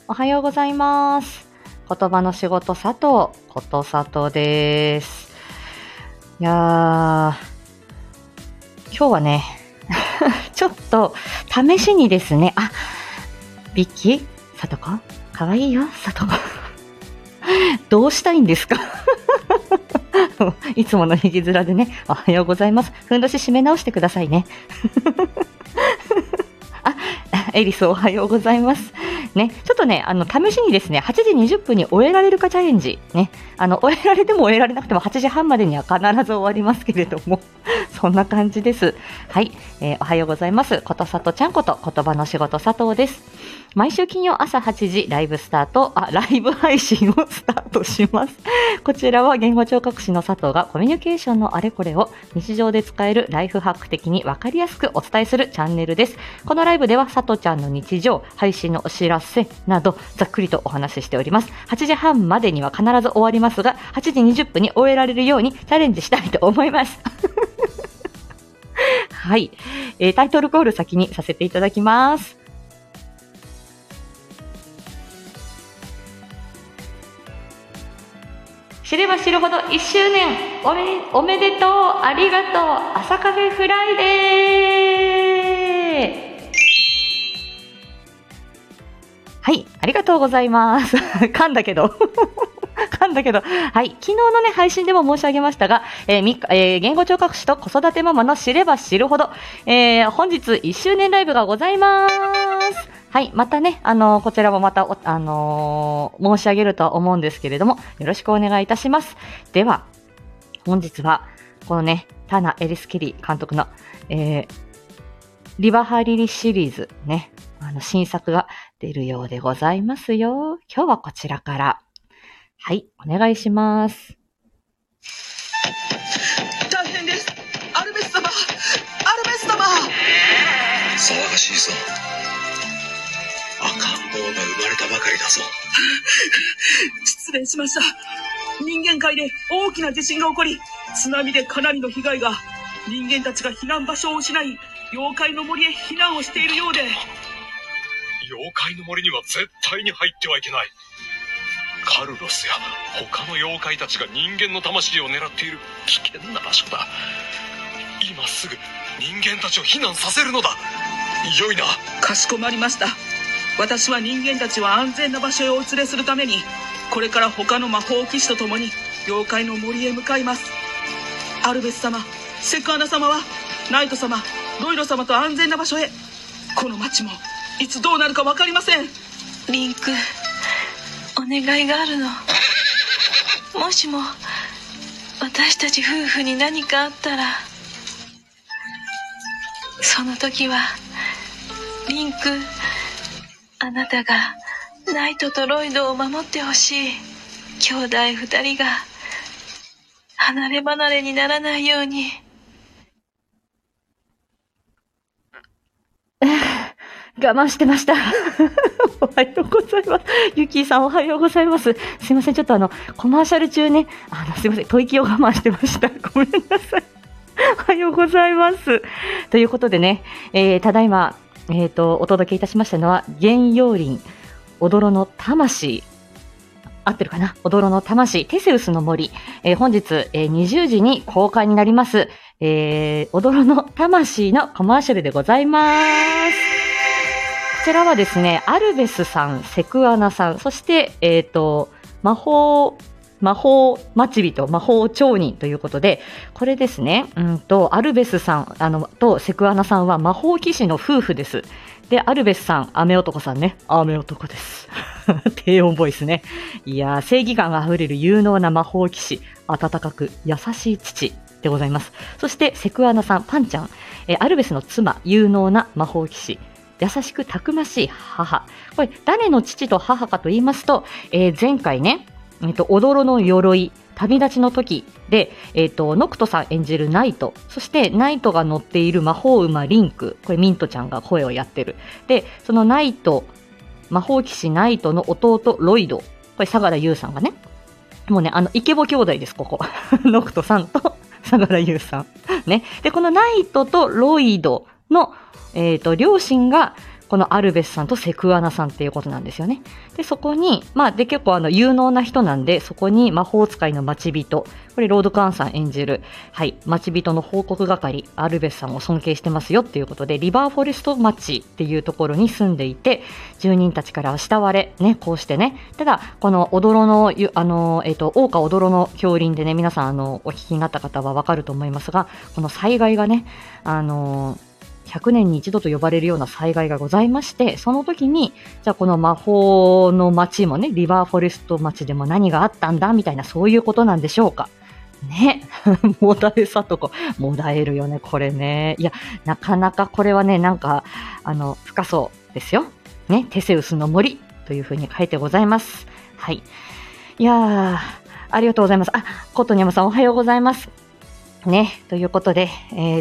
おはようございます。言葉の仕事佐藤こと佐藤です。いやー、今日はねちょっと試しにですね、ビッキー佐藤かかわいいよ佐藤どうしたいんですかいつもの引き面でね、おはようございます。ふんどし締め直してくださいねエリスおはようございますね。ちょっとね、試しにですね、8時20分に終えられるかチャレンジね、終えられても終えられなくても8時半までには必ず終わりますけれどもそんな感じです。はい、おはようございます。ことさとちゃんこと言葉の仕事佐藤です。毎週金曜朝8時ライブ配信をスタートします。こちらは言語聴覚士の佐藤がコミュニケーションのあれこれを日常で使えるライフハック的に分かりやすくお伝えするチャンネルです。このライブでは佐藤ちゃんの日常、配信のお知らせなどざっくりとお話ししております。8時半までには必ず終わりますが、8時20分に終えられるようにチャレンジしたいと思いますはい、タイトルコール先にさせていただきます。知れば知るほど1周年おめでとう、ありがとう、朝カフェフライデー。はい、ありがとうございます噛んだけどはい、昨日のね配信でも申し上げましたが、言語聴覚士と子育てママの知れば知るほど、本日1周年ライブがございます。はい、またね、こちらもまた、申し上げるとは思うんですけれども、よろしくお願いいたします。では、本日は、このね、タナ・エリス・ケリー監督の、リバハリリシリーズね、新作が出るようでございますよ。今日はこちらから。はい、お願いします。 大変です。アルベス様。騒がしいぞ。赤ん坊が生まれたばかりだぞ。 失礼しました。人間界で大きな地震が起こり、津波でかなりの被害が。人間たちが避難場所を失い、妖怪の森へ避難をしているようで。 妖怪の森には絶対に入ってはいけない。カルロスや他の妖怪たちが人間の魂を狙っている危険な場所だ。今すぐ人間たちを避難させるのだ。よいな。 かしこまりました。私は人間たちを安全な場所へお連れするために、これから他の魔法騎士と共に妖怪の森へ向かいます。アルベス様、セクアナ様はナイト様、ロイロ様と安全な場所へ。この町もいつどうなるか分かりません。 リンク、お願いがあるの。もしも私たち夫婦に何かあったら、その時はリンク、あなたがナイトとロイドを守ってほしい。兄弟2人が離れ離れにならないように。 我慢してましたおはようございます。ゆきーさんおはようございます。すいません、ちょっとコマーシャル中ね、すいません、吐息を我慢してました。ごめんなさい。おはようございます。ということでね、ただいま、お届けいたしましたのは、玄陽林、おどろの魂。合ってるかな？おどろの魂、テセウスの森。本日、20時に公開になります、おどろの魂のコマーシャルでございます。こちらはですね、アルベスさん、セクアナさん、そして、魔法町人、魔法町人ということで、これですね、アルベスさん、とセクアナさんは魔法騎士の夫婦です。で、アルベスさん、雨男さんね、雨男です。低音ボイスね。いやー、正義感があふれる有能な魔法騎士、温かく優しい父でございます。そして、セクアナさん、パンちゃん、アルベスの妻、有能な魔法騎士、優しくたくましい母。これ、誰の父と母かと言いますと、前回ね、おどろの鎧、旅立ちの時で、ノクトさん演じるナイト、そしてナイトが乗っている魔法馬リンク、これミントちゃんが声をやってる。で、そのナイト、魔法騎士ナイトの弟ロイド、これ相良優さんがね、もうね、イケボ兄弟です、ここ。ノクトさんと相良優さん。ね。で、このナイトとロイドの、両親が、 このアルベスさんとセクアナさんっていうことなんですよね。で、そこに、で、結構有能な人なんで、そこに魔法使いの待ち人、これロード・カーンさん演じる、はい、待ち人の報告係、アルベスさんを尊敬してますよっていうことで、リバーフォレスト町っていうところに住んでいて、住人たちからは慕われ、ね、こうしてね、ただ、この踊ろの、桜花踊ろの氷林でね、皆さん、お聞きになった方はわかると思いますが、この災害がね、100年に一度と呼ばれるような災害がございまして、その時に、じゃあこの魔法の街もね、リバーフォレスト町でも何があったんだみたいな、そういうことなんでしょうか。ね。もだえさとこ。もだえるよね、これね。いや、なかなかこれはね、なんか、深そうですよ。ね。テセウスの森というふうに書いてございます。はい。いやー、ありがとうございます。コットニャムさんおはようございます。ね。ということで、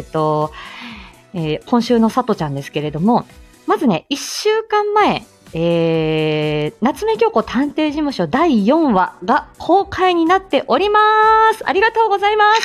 今週のさとちゃんですけれども、まずね、1週間前、夏目京子探偵事務所第4話が公開になっております。ありがとうございます。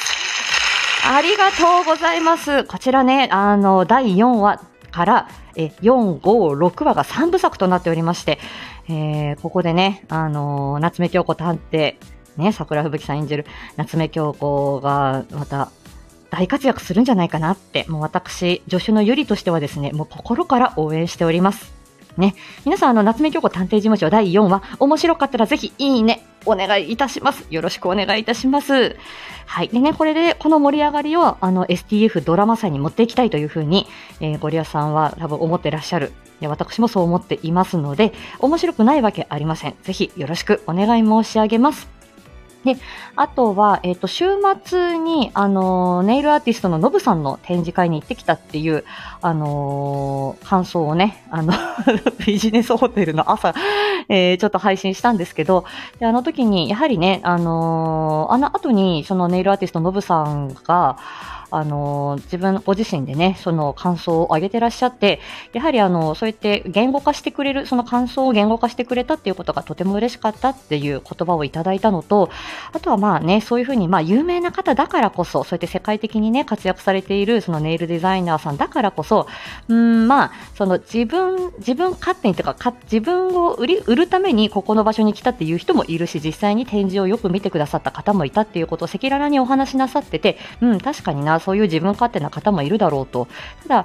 ありがとうございます。こちらね、第4話から4、5、6話が3部作となっておりまして、ここでね、夏目京子探偵、ね、桜吹雪さん演じる夏目京子がまた大活躍するんじゃないかなって、もう私、助手のゆりとしてはですね、もう心から応援しております。ね。皆さん、夏目京子探偵事務所第4話、面白かったらぜひいいね、お願いいたします。よろしくお願いいたします。はい。でね、これで、この盛り上がりを、STF ドラマ祭に持っていきたいというふうに、ゴリアさんは多分思ってらっしゃる。私もそう思っていますので、面白くないわけありません。ぜひよろしくお願い申し上げます。で、あとは、週末に、ネイルアーティストのノブさんの展示会に行ってきたっていう、感想をね、ビジネスホテルの朝、ちょっと配信したんですけど、で、時に、やはりね、後に、そのネイルアーティストノブさんが、自分ご自身でね、その感想を上げてらっしゃって、やはりそうやって言語化してくれる、その感想を言語化してくれたっていうことがとても嬉しかったっていう言葉をいただいたのと、あとはそういうふうに有名な方だからこそ、そうやって世界的にね、活躍されているそのネイルデザイナーさんだからこそ、その自分勝手にというか、自分を売るためにここの場所に来たっていう人もいるし、実際に展示をよく見てくださった方もいたっていうことを赤裸々にお話しなさってて、確かにな、そういう自分勝手な方もいるだろうと。ただ、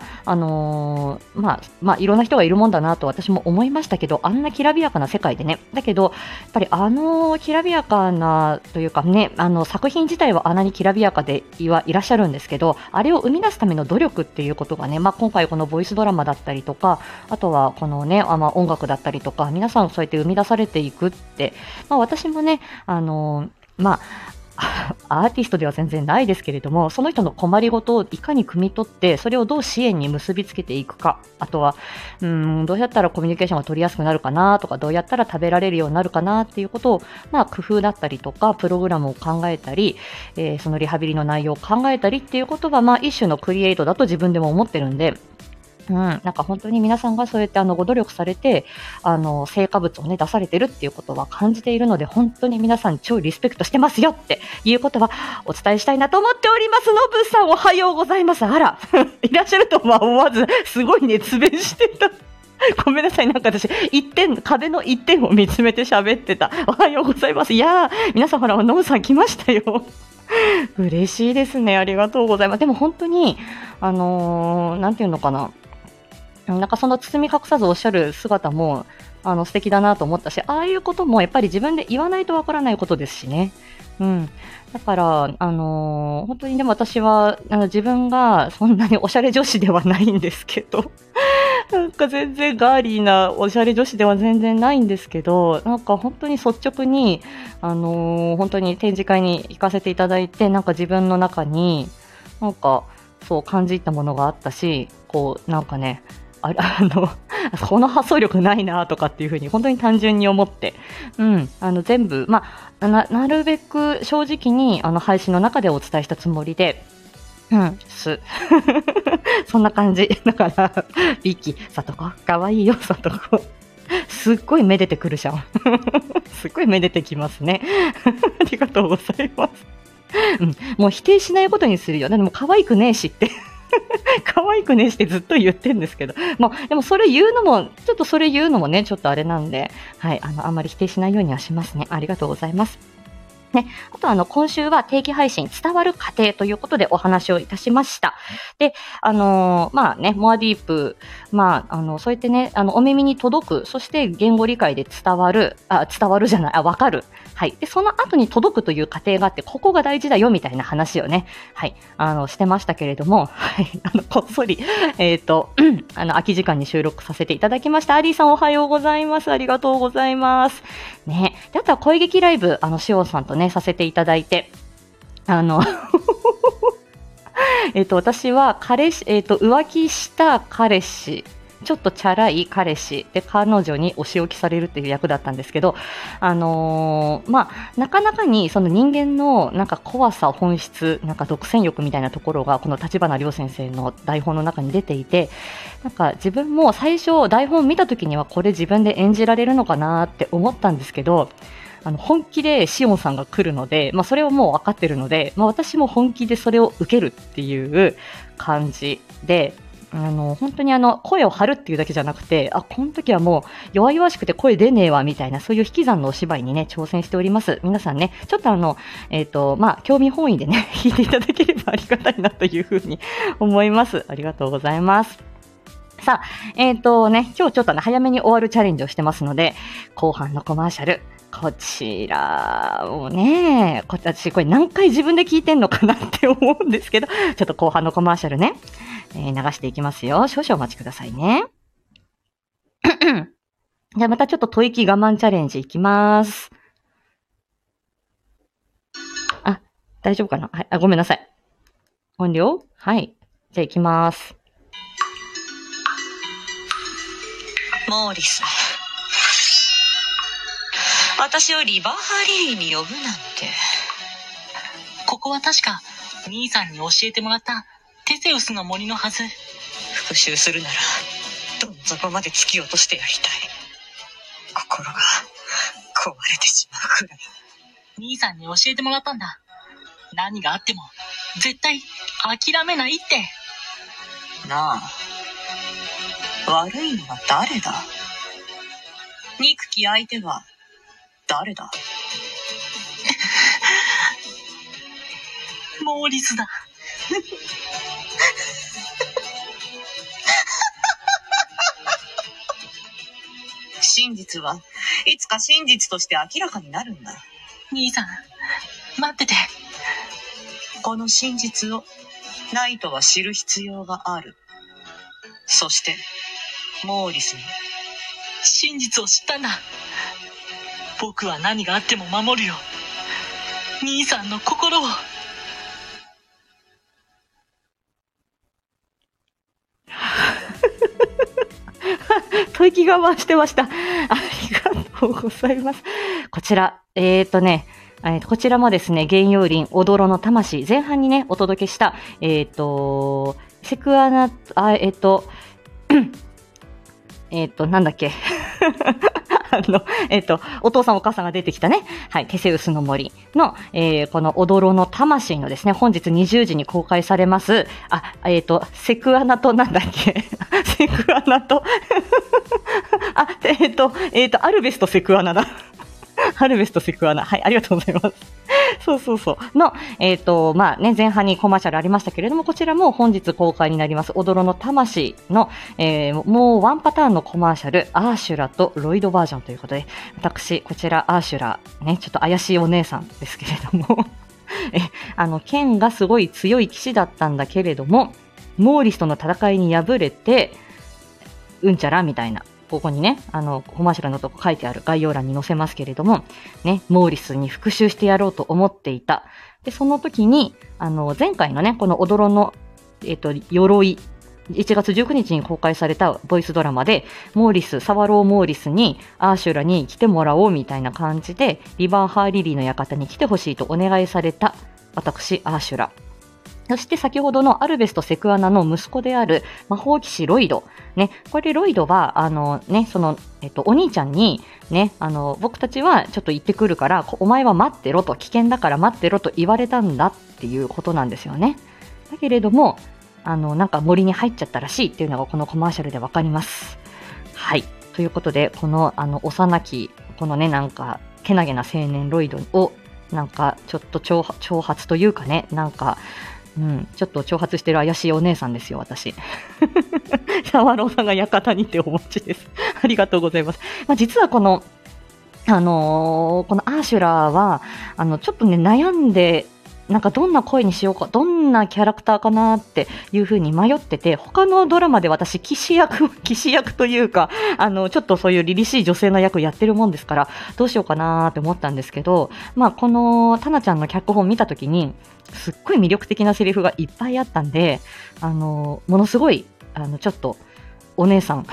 いろんな人がいるもんだなと私も思いましたけど、あんなきらびやかな世界でね。だけど、やっぱりきらびやかなというかね、作品自体はあんなにきらびやかでいらっしゃるんですけど、あれを生み出すための努力っていうことがね、今回このボイスドラマだったりとか、あとはこのね、音楽だったりとか、皆さんそうやって生み出されていくって、私もね、アーティストでは全然ないですけれども、その人の困りごとをいかに汲み取って、それをどう支援に結びつけていくか、あとは、どうやったらコミュニケーションが取りやすくなるかなとか、どうやったら食べられるようになるかなっていうことを、工夫だったりとか、プログラムを考えたり、そのリハビリの内容を考えたりっていうことは、一種のクリエイトだと自分でも思ってるんで、なんか本当に皆さんがそうやってご努力されて、成果物をね、出されてるっていうことは感じているので、本当に皆さん超リスペクトしてますよっていうことはお伝えしたいなと思っております。のぶさんおはようございます。あら、いらっしゃるとは思わず、すごい熱弁してた。ごめんなさい、なんか私、壁の一点を見つめて喋ってた。おはようございます。いやー、皆さんほら、のぶさん来ましたよ。嬉しいですね。ありがとうございます。でも本当に、なんていうのかな。なんかその包み隠さずおっしゃる姿も素敵だなと思ったし、ああいうこともやっぱり自分で言わないとわからないことですしね。だから本当にでも私は自分がそんなにおしゃれ女子ではないんですけど、なんか全然ガーリーなおしゃれ女子では全然ないんですけど、なんか本当に率直に本当に展示会に行かせていただいて、なんか自分の中になんかそう感じたものがあったし、こうなんかね。この発想力ないなとかっていうふうに本当に単純に思って、全部、なるべく正直に配信の中でお伝えしたつもりで、そんな感じ。だから、ビッキー、さとこ、かわいいよ、さとこ。すっごいめでてくるじゃん。すっごいめでてきますね。ありがとうございます。もう否定しないことにするよ。でも可愛くねえしって。 可愛くねしてずっと言ってるんですけど、でもそれ言うのも、ちょっとそれ言うのもね、ちょっとあれなんで、はい、あんまり否定しないようにはしますね。ありがとうございます。ね、あと今週は定期配信伝わる過程ということでお話をいたしました。で、モアディープ、そうやってね、お耳に届く、そして言語理解で伝わるじゃない、わかる。はい。で、その後に届くという過程があって、ここが大事だよみたいな話をね、はい、してましたけれども、はい、こっそり、空き時間に収録させていただきました。アリーさんおはようございます。ありがとうございます。ね。で、あとは声劇ライブ、しおんさんとね、させていただいて、私は浮気した彼氏、ちょっとチャラい彼氏で彼女にお仕置きされるっていう役だったんですけど、なかなかにその人間のなんか怖さ、本質、なんか独占欲みたいなところがこの立花亮先生の台本の中に出ていて、なんか自分も最初台本を見た時にはこれ自分で演じられるのかなって思ったんですけど、本気でシオンさんが来るので、それはもう分かってるので、私も本気でそれを受けるっていう感じで、本当に声を張るっていうだけじゃなくて、この時はもう弱々しくて声出ねえわみたいな、そういう引き算のお芝居にね、挑戦しております。皆さんね、ちょっと興味本位でね、聞いていただければありがたいなというふうに思います。ありがとうございます。さあ、今日ちょっと早めに終わるチャレンジをしてますので、後半のコマーシャル、こちらをね、私これ何回自分で聞いてんのかなって思うんですけど、ちょっと後半のコマーシャルね、流していきますよ。少々お待ちくださいね。じゃあまたちょっと吐息我慢チャレンジいきます。大丈夫かな？はい、ごめんなさい。音量？はい。じゃあいきます。 モーリス。私をリバーハーリリーに呼ぶなんて。 ここは確か兄さんに教えてもらったテセウスの森のはず。 復讐するならどん底まで突き落としてやりたい。心が壊れてしまうくらい。 兄さんに教えてもらったんだ。何があっても絶対諦めないって。 なあ、悪いのは誰だ？憎き相手は誰だ？ モーリスだ。 真実はいつか真実として明らかになるんだ。 兄さん、待ってて。 この真実をナイトは知る必要がある。そしてモーリスに真実を知ったんだ。僕は何があっても守るよ。兄さんの心を。 吐息我慢してました。ありがとうございます。こちら、こちらもですね、玄陽林、おどろの魂、前半にね、お届けした、セクアナ、なんだっけ。お父さんお母さんが出てきたね、はい、テセウスの森の、このおどろの魂のですね、本日20時に公開されます、セクアナとなんだっけセクアナとアルベスとセクアナだ。アルベスとセクアナ。はい、ありがとうございます。そうの、前半にコマーシャルありましたけれども、こちらも本日公開になります、おどろの魂の、もうワンパターンのコマーシャル、アーシュラとロイドバージョンということで、私、こちらアーシュラ、ね、ちょっと怪しいお姉さんですけれども、剣がすごい強い騎士だったんだけれども、モーリスとの戦いに敗れて、うんちゃらみたいな。ここにね、コマーシャルのとこ書いてある概要欄に載せますけれども、ね、モーリスに復讐してやろうと思っていた。で、その時に、前回のね、このおどろの、鎧、1月19日に公開されたボイスドラマで、サワローモーリスにアーシュラに来てもらおうみたいな感じで、リバーハーリリーの館に来てほしいとお願いされた、私、アーシュラ。そして先ほどのアルベスとセクアナの息子である魔法騎士ロイド。ね、これロイドは、お兄ちゃんに、ね、僕たちはちょっと行ってくるから、お前は待ってろと、危険だから待ってろと言われたんだっていうことなんですよね。だけれども、 なんか森に入っちゃったらしいっていうのがこのコマーシャルでわかります。はい。ということで、この、幼き、このね、なんか、けなげな青年ロイドを、なんか、ちょっと挑発というかね、なんか、ちょっと挑発してる怪しいお姉さんですよ、私。沢朗さんが館にてお持ちです。ありがとうございます。実はこの、このアーシュラは、ちょっとね、悩んで、なんかどんな声にしようか、どんなキャラクターかなっていう風に迷ってて、他のドラマで私、騎士役というか、ちょっとそういう凛々しい女性の役やってるもんですから、どうしようかなって思ったんですけど、このタナちゃんの脚本見たときに、すっごい魅力的なセリフがいっぱいあったんで、ものすごい、ちょっと、お姉さん、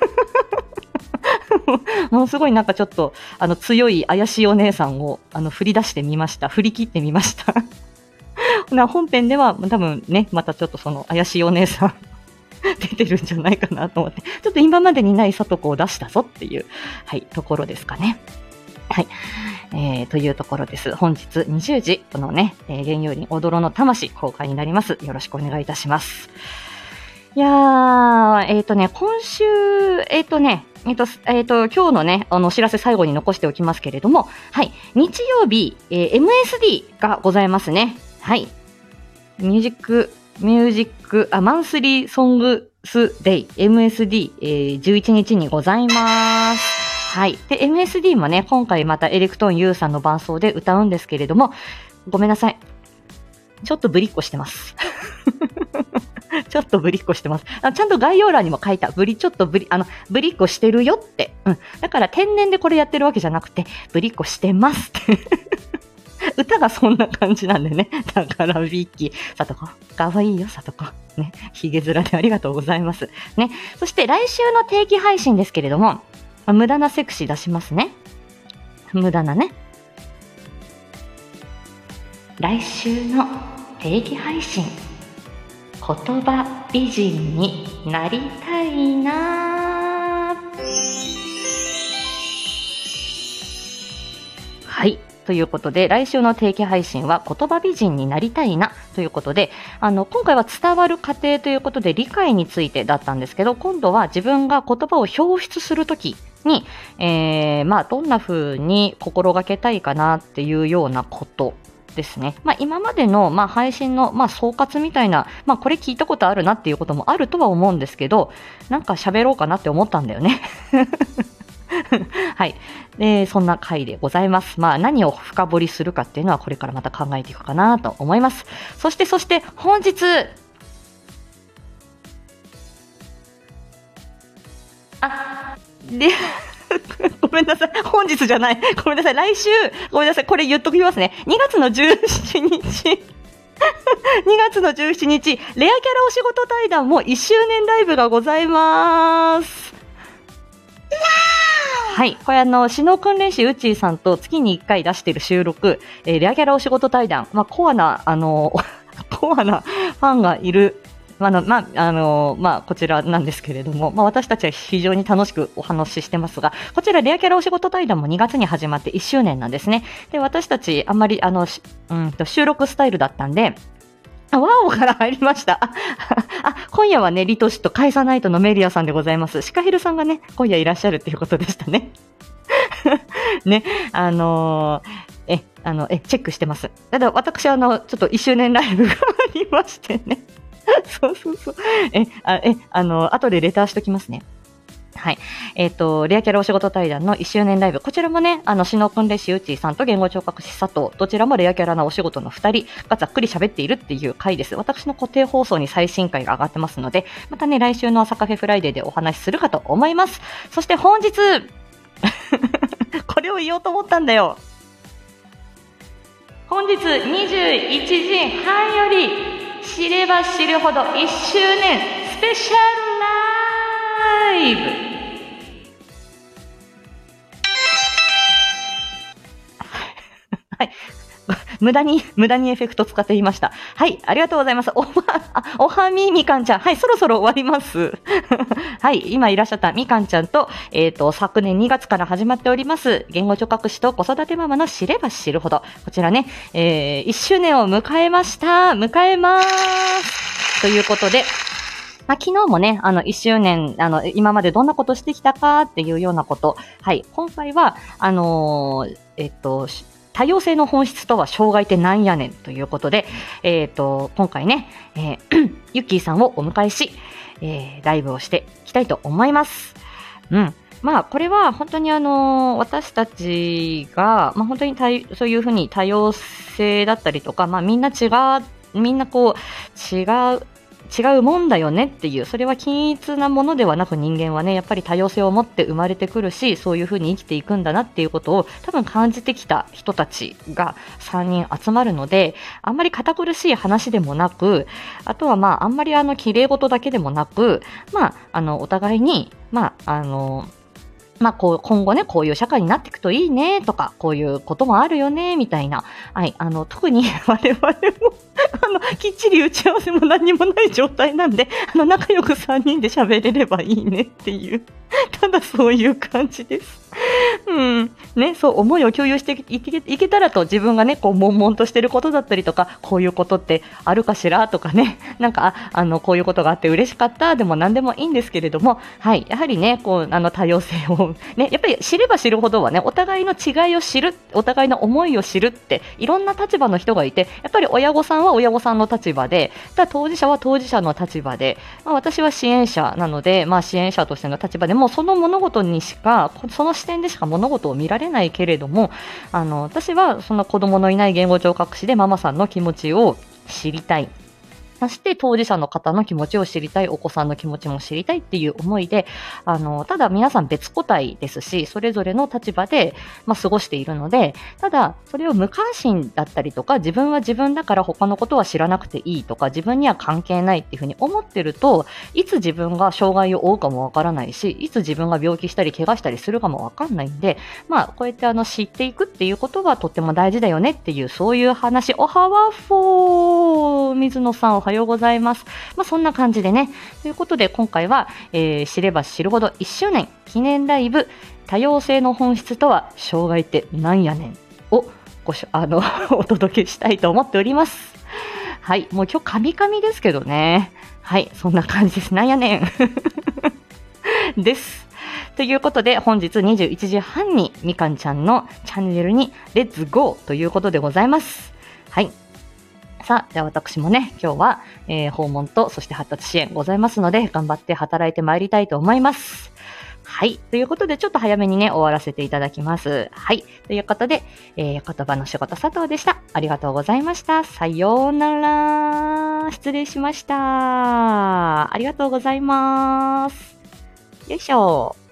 ものすごいなんかちょっと強い怪しいお姉さんを振り切ってみました本編では多分ね、またちょっとその怪しいお姉さん出てるんじゃないかなと思って、ちょっと今までにない貞子を出したぞっていう、はい、ところですかね。はい。というところです。本日20時、このね、原用林踊ろの魂公開になります。よろしくお願いいたします。いやー、今週、今日のね、お知らせ最後に残しておきますけれども、はい、日曜日、MSD がございますね。はい。マンスリーソングスデイ、MSD、11日にございます。はい。で、MSD もね、今回またエレクトーン U さんの伴奏で歌うんですけれども、ごめんなさい。ちょっとぶりっこしてます。ちょっとぶりっこしてます。ちゃんと概要欄にも書いた。ぶりっこしてるよって。だから天然でこれやってるわけじゃなくて、ぶりっこしてますって。歌がそんな感じなんでね。だからビッキー、さとこ、かわいいよ、さとこ。ね。ひげ面でありがとうございます。ね。そして来週の定期配信ですけれども、無駄なセクシー出しますね。無駄なね。来週の定期配信。言葉美人になりたいな。はい。ということで、来週の定期配信は言葉美人になりたいなということで、今回は伝わる過程ということで理解についてだったんですけど、今度は自分が言葉を表出するときに、どんな風に心がけたいかなっていうようなことですね。今までの、配信の、総括みたいな、これ聞いたことあるなっていうこともあるとは思うんですけど、なんか喋ろうかなって思ったんだよね。はい。そんな回でございます。何を深掘りするかっていうのはこれからまた考えていくかなと思います。そして本日、ごめんなさい。本日じゃない。ごめんなさい。来週、ごめんなさい。これ言っときますね。2月の17日。2月の17日、レアキャラお仕事対談も1周年ライブがございます。はい。これ首脳訓練士うちーさんと月に1回出している収録、レアキャラお仕事対談。コアな、コアなファンがいる、こちらなんですけれども、私たちは非常に楽しくお話ししてますが、こちらレアキャラお仕事対談も2月に始まって1周年なんですね。で、私たちあんまり、収録スタイルだったんで、ワオから入りました。今夜はね、リトシとカイサナイトのメリアさんでございます。シカヘルさんがね、今夜いらっしゃるっていうことでしたね。ね、チェックしてます。ただ私ちょっと1周年ライブがありましてね。そう。後でレターしときますね。はい。レアキャラお仕事対談の1周年ライブ。こちらもね、シノ君レシウチーさんと言語聴覚士佐藤、どちらもレアキャラなお仕事の2人がざっくり喋っているっていう回です。私の固定放送に最新回が上がってますので、またね、来週の朝カフェフライデーでお話しするかと思います。そして本日、これを言おうと思ったんだよ。本日21時半より、知れば知るほど1周年スペシャルライブ。はい。無駄にエフェクト使っていました。はい、ありがとうございます。おはみかんちゃん。はい、そろそろ終わります。はい、今いらっしゃったみかんちゃんと、昨年2月から始まっております、言語聴覚士と子育てママの知れば知るほど。こちらね、1周年を迎えました。迎えます。 ということで、昨日もね、1周年、今までどんなことしてきたかっていうようなこと。はい。今回は、多様性の本質とは障害ってなんやねんということで、今回ね、ゆっきーさんをお迎えし、ライブをしていきたいと思います。うん。これは本当に私たちが、本当にそういうふうに多様性だったりとか、みんなこう、違うもんだよねっていう、それは均一なものではなく人間はね、やっぱり多様性を持って生まれてくるし、そういうふうに生きていくんだなっていうことを多分感じてきた人たちが3人集まるので、あんまり堅苦しい話でもなく、あとはあんまり綺麗事だけでもなく、お互いに、今後ね、こういう社会になっていくといいねとか、こういうこともあるよねみたいな。はい、特に我々もきっちり打ち合わせも何もない状態なんで、仲良く3人で喋れればいいねっていう、ただそういう感じです。ね、そう思いを共有していけたらと、自分がね、こう悶々としてることだったりとか、こういうことってあるかしらとかね、こういうことがあって嬉しかったでも何でもいいんですけれども、はい、やはりね、こう多様性をね、やっぱり知れば知るほどはね、お互いの違いを知る、お互いの思いを知るっていろんな立場の人がいて、やっぱり親御さんは親御さんの立場で、当事者は当事者の立場で、私は支援者なので、支援者としての立場でもその物事にしか、その視点でしか物事を見られないけれども、私はその子供のいない言語聴覚士でママさんの気持ちを知りたい。そして当事者の方の気持ちを知りたい、お子さんの気持ちも知りたいっていう思いで、ただ皆さん別個体ですし、それぞれの立場で、過ごしているので、ただそれを無関心だったりとか、自分は自分だから他のことは知らなくていいとか、自分には関係ないっていうふうに思ってると、いつ自分が障害を負うかもわからないし、いつ自分が病気したり怪我したりするかもわかんないんで、こうやって知っていくっていうことはとっても大事だよねっていう、そういう話。おはわふー、水野さんおはようございます。そんな感じでね。ということで今回は、知れば知るほど1周年記念ライブ、多様性の本質とは障害ってなんやねんをお届けしたいと思っております。はい、もう今日カミカミですけどね。はい、そんな感じです。なんやねんです。ということで本日21時半にみかんちゃんのチャンネルにレッツゴーということでございます。はい。さあ、じゃあ私もね、今日は、訪問とそして発達支援ございますので、頑張って働いてまいりたいと思います。はい。ということで、ちょっと早めにね、終わらせていただきます。はい。ということで、言葉の仕事佐藤でした。ありがとうございました。さようなら。失礼しました。ありがとうございます。よいしょ。